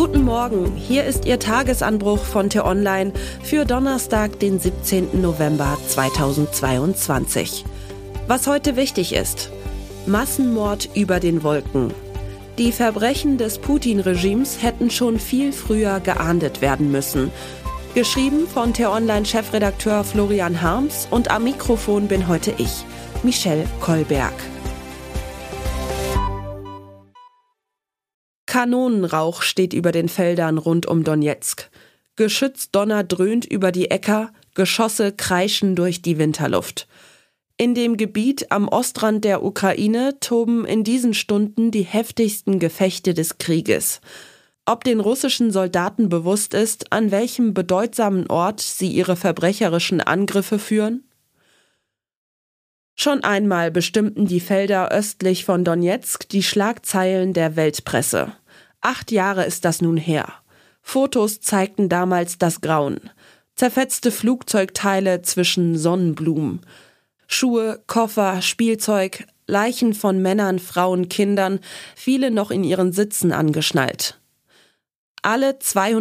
Guten Morgen, hier ist Ihr Tagesanbruch von T-Online für Donnerstag, den 17. November 2022. Was heute wichtig ist: Massenmord über den Wolken. Die Verbrechen des Putin-Regimes hätten schon viel früher geahndet werden müssen. Geschrieben von T-Online-Chefredakteur Florian Harms, und am Mikrofon bin heute ich, Michelle Kolberg. Kanonenrauch steht über den Feldern rund um Donezk. Geschützdonner dröhnt über die Äcker, Geschosse kreischen durch die Winterluft. In dem Gebiet am Ostrand der Ukraine toben in diesen Stunden die heftigsten Gefechte des Krieges. Ob den russischen Soldaten bewusst ist, an welchem bedeutsamen Ort sie ihre verbrecherischen Angriffe führen? Schon einmal bestimmten die Felder östlich von Donezk die Schlagzeilen der Weltpresse. 8 Jahre ist das nun her. Fotos zeigten damals das Grauen. Zerfetzte Flugzeugteile zwischen Sonnenblumen. Schuhe, Koffer, Spielzeug, Leichen von Männern, Frauen, Kindern, viele noch in ihren Sitzen angeschnallt. Alle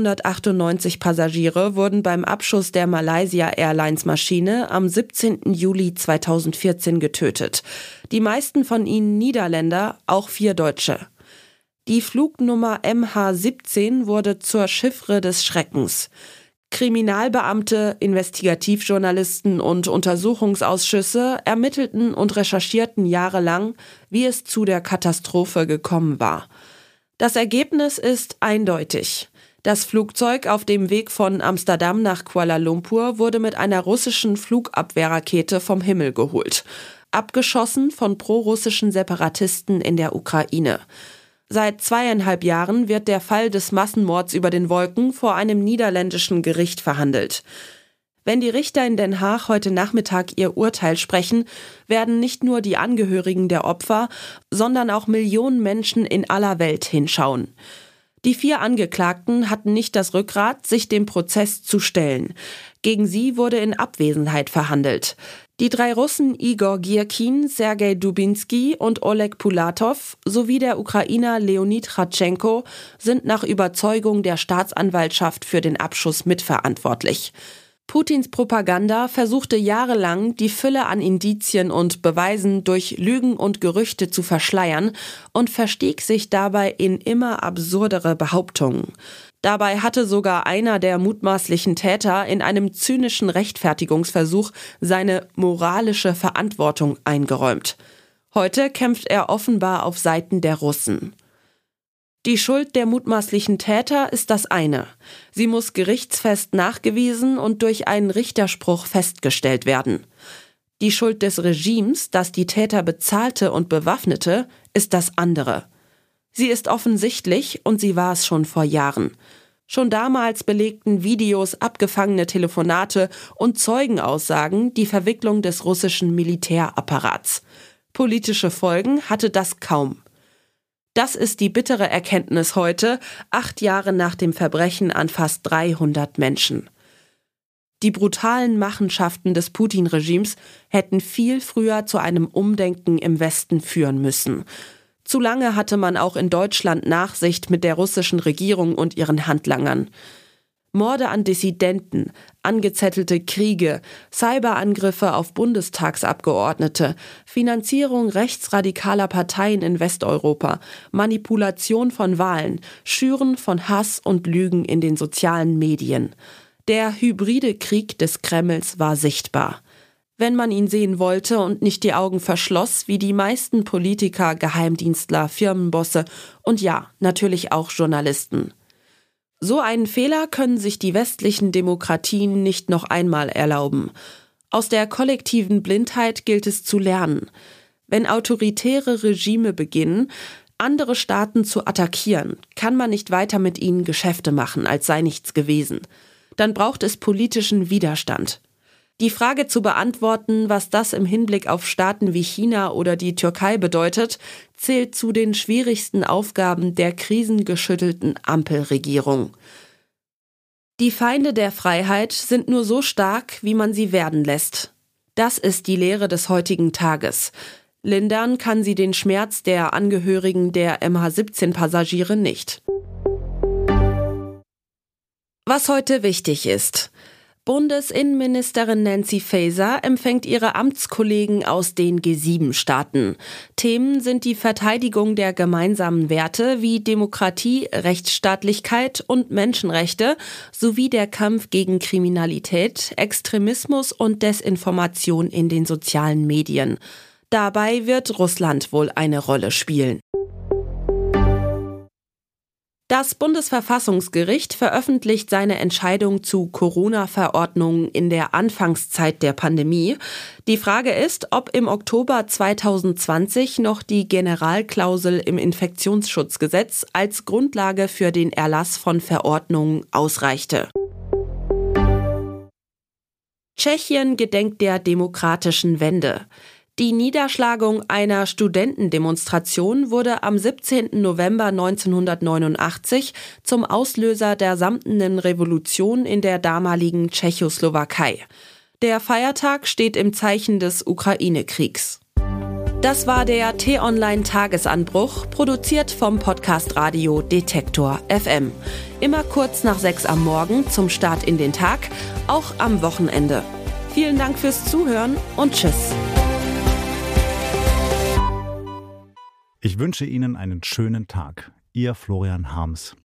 298 Passagiere wurden beim Abschuss der Malaysia Airlines Maschine am 17. Juli 2014 getötet. Die meisten von ihnen Niederländer, auch 4 Deutsche. Die Flugnummer MH17 wurde zur Chiffre des Schreckens. Kriminalbeamte, Investigativjournalisten und Untersuchungsausschüsse ermittelten und recherchierten jahrelang, wie es zu der Katastrophe gekommen war. Das Ergebnis ist eindeutig. Das Flugzeug auf dem Weg von Amsterdam nach Kuala Lumpur wurde mit einer russischen Flugabwehrrakete vom Himmel geholt. Abgeschossen von prorussischen Separatisten in der Ukraine. Seit 2,5 Jahren wird der Fall des Massenmords über den Wolken vor einem niederländischen Gericht verhandelt. Wenn die Richter in Den Haag heute Nachmittag ihr Urteil sprechen, werden nicht nur die Angehörigen der Opfer, sondern auch Millionen Menschen in aller Welt hinschauen. Die 4 Angeklagten hatten nicht das Rückgrat, sich dem Prozess zu stellen. Gegen sie wurde in Abwesenheit verhandelt. Die 3 Russen Igor Girkin, Sergei Dubinski und Oleg Pulatov sowie der Ukrainer Leonid Kravchenko sind nach Überzeugung der Staatsanwaltschaft für den Abschuss mitverantwortlich. Putins Propaganda versuchte jahrelang, die Fülle an Indizien und Beweisen durch Lügen und Gerüchte zu verschleiern und verstieg sich dabei in immer absurdere Behauptungen. Dabei hatte sogar einer der mutmaßlichen Täter in einem zynischen Rechtfertigungsversuch seine moralische Verantwortung eingeräumt. Heute kämpft er offenbar auf Seiten der Russen. Die Schuld der mutmaßlichen Täter ist das eine. Sie muss gerichtsfest nachgewiesen und durch einen Richterspruch festgestellt werden. Die Schuld des Regimes, das die Täter bezahlte und bewaffnete, ist das andere. Sie ist offensichtlich, und sie war es schon vor Jahren. Schon damals belegten Videos, abgefangene Telefonate und Zeugenaussagen die Verwicklung des russischen Militärapparats. Politische Folgen hatte das kaum. Das ist die bittere Erkenntnis heute, 8 Jahre nach dem Verbrechen an fast 300 Menschen. Die brutalen Machenschaften des Putin-Regimes hätten viel früher zu einem Umdenken im Westen führen müssen. Zu lange hatte man auch in Deutschland Nachsicht mit der russischen Regierung und ihren Handlangern. Morde an Dissidenten, angezettelte Kriege, Cyberangriffe auf Bundestagsabgeordnete, Finanzierung rechtsradikaler Parteien in Westeuropa, Manipulation von Wahlen, Schüren von Hass und Lügen in den sozialen Medien. Der hybride Krieg des Kremls war sichtbar. Wenn man ihn sehen wollte und nicht die Augen verschloss, wie die meisten Politiker, Geheimdienstler, Firmenbosse und ja, natürlich auch Journalisten. So einen Fehler können sich die westlichen Demokratien nicht noch einmal erlauben. Aus der kollektiven Blindheit gilt es zu lernen. Wenn autoritäre Regime beginnen, andere Staaten zu attackieren, kann man nicht weiter mit ihnen Geschäfte machen, als sei nichts gewesen. Dann braucht es politischen Widerstand. Die Frage zu beantworten, was das im Hinblick auf Staaten wie China oder die Türkei bedeutet, zählt zu den schwierigsten Aufgaben der krisengeschüttelten Ampelregierung. Die Feinde der Freiheit sind nur so stark, wie man sie werden lässt. Das ist die Lehre des heutigen Tages. Lindern kann sie den Schmerz der Angehörigen der MH17-Passagiere nicht. Was heute wichtig ist. Bundesinnenministerin Nancy Faeser empfängt ihre Amtskollegen aus den G7-Staaten. Themen sind die Verteidigung der gemeinsamen Werte wie Demokratie, Rechtsstaatlichkeit und Menschenrechte sowie der Kampf gegen Kriminalität, Extremismus und Desinformation in den sozialen Medien. Dabei wird Russland wohl eine Rolle spielen. Das Bundesverfassungsgericht veröffentlicht seine Entscheidung zu Corona-Verordnungen in der Anfangszeit der Pandemie. Die Frage ist, ob im Oktober 2020 noch die Generalklausel im Infektionsschutzgesetz als Grundlage für den Erlass von Verordnungen ausreichte. Tschechien gedenkt der demokratischen Wende. Die Niederschlagung einer Studentendemonstration wurde am 17. November 1989 zum Auslöser der Samtenen Revolution in der damaligen Tschechoslowakei. Der Feiertag steht im Zeichen des Ukraine-Kriegs. Das war der T-Online-Tagesanbruch, produziert vom Podcast Radio Detektor FM. Immer kurz nach 6 am Morgen zum Start in den Tag, auch am Wochenende. Vielen Dank fürs Zuhören und tschüss. Ich wünsche Ihnen einen schönen Tag. Ihr Florian Harms.